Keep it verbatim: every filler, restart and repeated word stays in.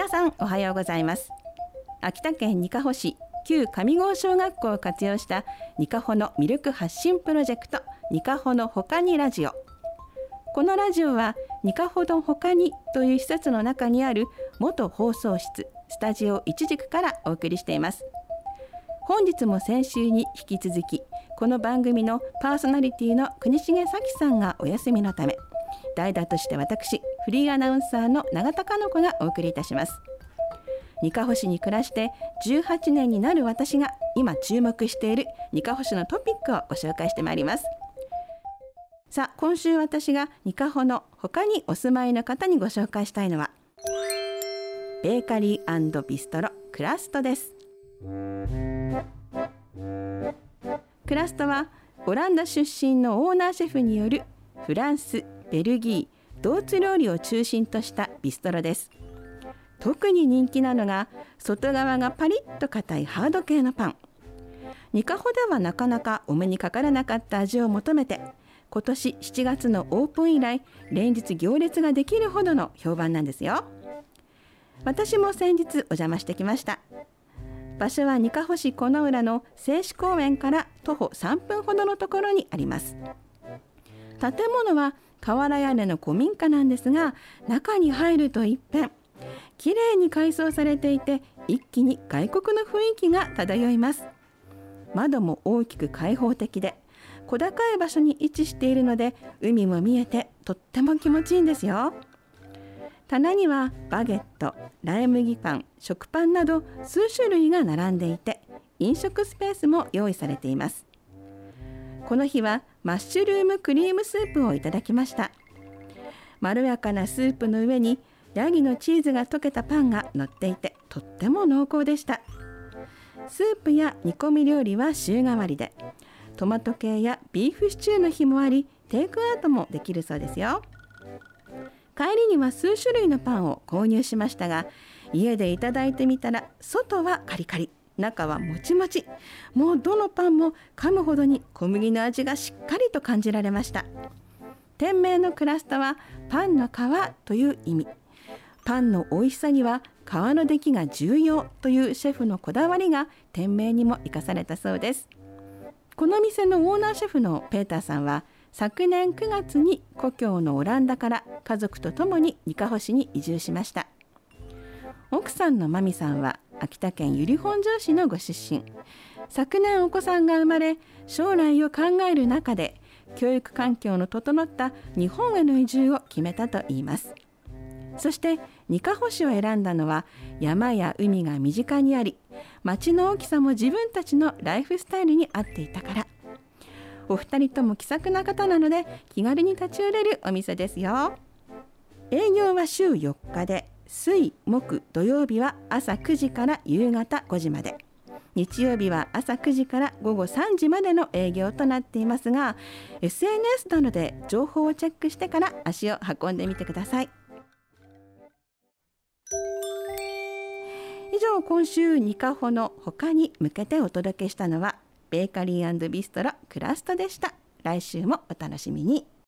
さんおはようございます。秋田県にかほ市旧上郷小学校を活用したにかほの魅力発信プロジェクト、にかほのほかにラジオ。このラジオはにかほのほかにという施設の中にある元放送室スタジオいちじくからお送りしています。本日も先週に引き続き、この番組のパーソナリティの国重咲さんがお休みのため、代打として私フリーアナウンサーの永田佳奈子がお送りいたします。にかほ市に暮らしてじゅうはちねんになる私が今注目しているにかほ市のトピックをご紹介してまいります。さあ、今週私がにかほの他にお住まいの方にご紹介したいのはベーカリー&ビストロクラストです。クラストはオランダ出身のオーナーシェフによるフランス、ベルギー、ドイツ料理を中心としたビストロです。特に人気なのが外側がパリッと硬いハード系のパン。にかほではなかなかお目にかからなかった味を求めて、今年しちがつのオープン以来連日行列ができるほどの評判なんですよ。私も先日お邪魔してきました。場所はにかほ市金浦の製紙公園から徒歩さんぷんほどのところにあります。建物は瓦屋根の古民家なんですが、中に入ると一変、きれいに改装されていて一気に外国の雰囲気が漂います。窓も大きく開放的で小高い場所に位置しているので海も見えてとっても気持ちいいんですよ。棚にはバゲット、ライ麦パン、食パンなど数種類が並んでいて、飲食スペースも用意されています。この日はマッシュルームクリームスープをいただきました。まろやかなスープの上にヤギのチーズが溶けたパンが乗っていてとっても濃厚でした。スープや煮込み料理は週替わりで、トマト系やビーフシチューの日もあり、テイクアウトもできるそうですよ。帰りには数種類のパンを購入しましたが、家でいただいてみたら外はカリカリ、中はもちもち、もうどのパンも噛むほどに小麦の味がしっかりと感じられました。店名のクラストはパンの皮という意味。パンの美味しさには皮の出来が重要というシェフのこだわりが店名にも生かされたそうです。この店のオーナーシェフのペーターさんは昨年くがつに故郷のオランダから家族と共ににかほ市に移住しました。奥さんのマミさんは秋田県由利本荘市のご出身。昨年お子さんが生まれ、将来を考える中で教育環境の整った日本への移住を決めたといいます。そしてにかほ市を選んだのは山や海が身近にあり、町の大きさも自分たちのライフスタイルに合っていたから。お二人とも気さくな方なので気軽に立ち寄れるお店ですよ。営業は週よっかで、水木土曜日は朝くじから夕方ごじまで、日曜日は朝くじからごごさんじまでの営業となっていますが、 エスエヌエス などで情報をチェックしてから足を運んでみてください。以上、今週にかほの他に向けてお届けしたのはベーカリー&ビストロクラストでした。来週もお楽しみに。